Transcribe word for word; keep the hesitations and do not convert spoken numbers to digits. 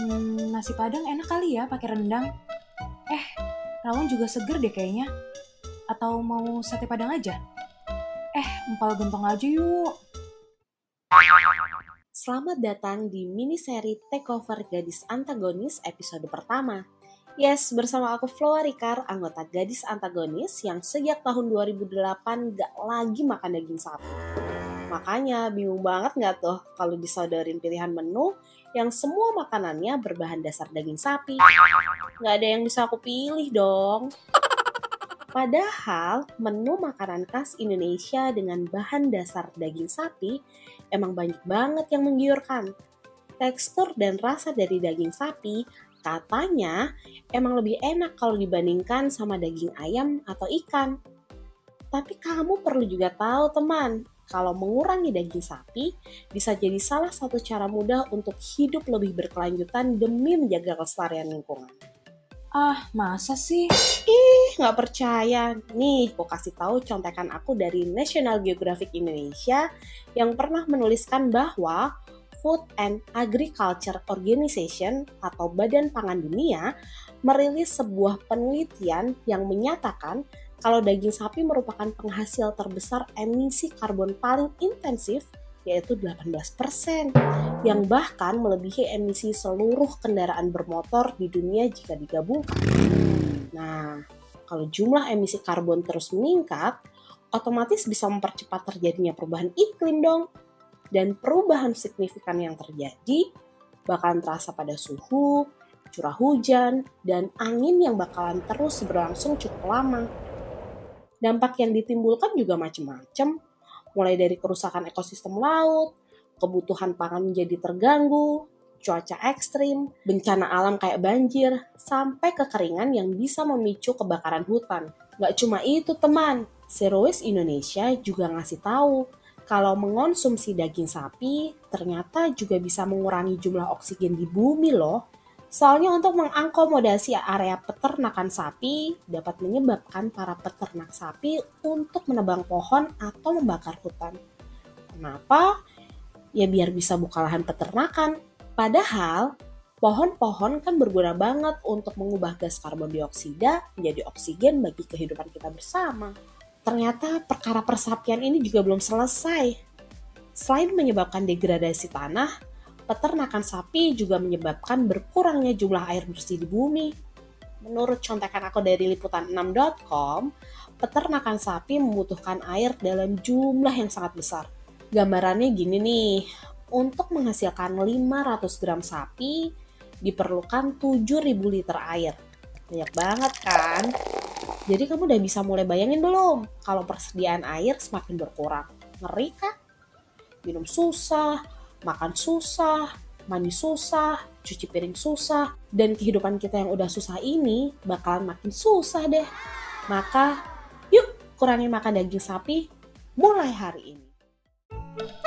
Hmm, nasi padang enak kali ya pakai rendang. Eh, rawon juga seger deh kayaknya. Atau mau sate padang aja? Eh, empal gentong aja yuk. Selamat datang di mini-seri Takeover Gadis Antagonis episode pertama. Yes, bersama aku Floa Rikar, anggota Gadis Antagonis yang sejak tahun dua ribu delapan gak lagi makan daging sapi. Makanya bingung banget gak tuh kalau disodorin pilihan menu yang semua makanannya berbahan dasar daging sapi. Gak ada yang bisa aku pilih dong. Padahal menu makanan khas Indonesia dengan bahan dasar daging sapi emang banyak banget yang menggiurkan. Tekstur dan rasa dari daging sapi katanya emang lebih enak kalau dibandingkan sama daging ayam atau ikan. Tapi kamu perlu juga tahu teman, kalau mengurangi daging sapi bisa jadi salah satu cara mudah untuk hidup lebih berkelanjutan demi menjaga kelestarian lingkungan. Ah, masa sih? Ih, nggak percaya. Nih, aku kasih tahu contekan aku dari National Geographic Indonesia yang pernah menuliskan bahwa Food and Agriculture Organization atau Badan Pangan Dunia merilis sebuah penelitian yang menyatakan kalau daging sapi merupakan penghasil terbesar emisi karbon paling intensif, yaitu delapan belas persen, yang bahkan melebihi emisi seluruh kendaraan bermotor di dunia jika digabungkan. Nah, kalau jumlah emisi karbon terus meningkat, otomatis bisa mempercepat terjadinya perubahan iklim dong. Dan perubahan signifikan yang terjadi bakalan terasa pada suhu, curah hujan, dan angin yang bakalan terus berlangsung cukup lama. Dampak yang ditimbulkan juga macam-macam, mulai dari kerusakan ekosistem laut, kebutuhan pangan menjadi terganggu, cuaca ekstrim, bencana alam kayak banjir, sampai kekeringan yang bisa memicu kebakaran hutan. Gak cuma itu teman, Zero Waste Indonesia juga ngasih tahu kalau mengonsumsi daging sapi ternyata juga bisa mengurangi jumlah oksigen di bumi loh. Soalnya untuk mengakomodasi area peternakan sapi dapat menyebabkan para peternak sapi untuk menebang pohon atau membakar hutan. Kenapa? Ya biar bisa buka lahan peternakan. Padahal pohon-pohon kan berguna banget untuk mengubah gas karbon dioksida menjadi oksigen bagi kehidupan kita bersama. Ternyata perkara persapian ini juga belum selesai. Selain menyebabkan degradasi tanah, peternakan sapi juga menyebabkan berkurangnya jumlah air bersih di bumi. Menurut contekan aku dari liputan enam titik com, peternakan sapi membutuhkan air dalam jumlah yang sangat besar. Gambarannya gini nih, untuk menghasilkan lima ratus gram sapi diperlukan tujuh ribu liter air. Banyak banget kan? Jadi kamu udah bisa mulai bayangin belum kalau persediaan air semakin berkurang? Ngeri kan? Minum susah, makan susah, mandi susah, cuci piring susah, dan kehidupan kita yang udah susah ini bakalan makin susah deh. Maka yuk kurangi makan daging sapi mulai hari ini.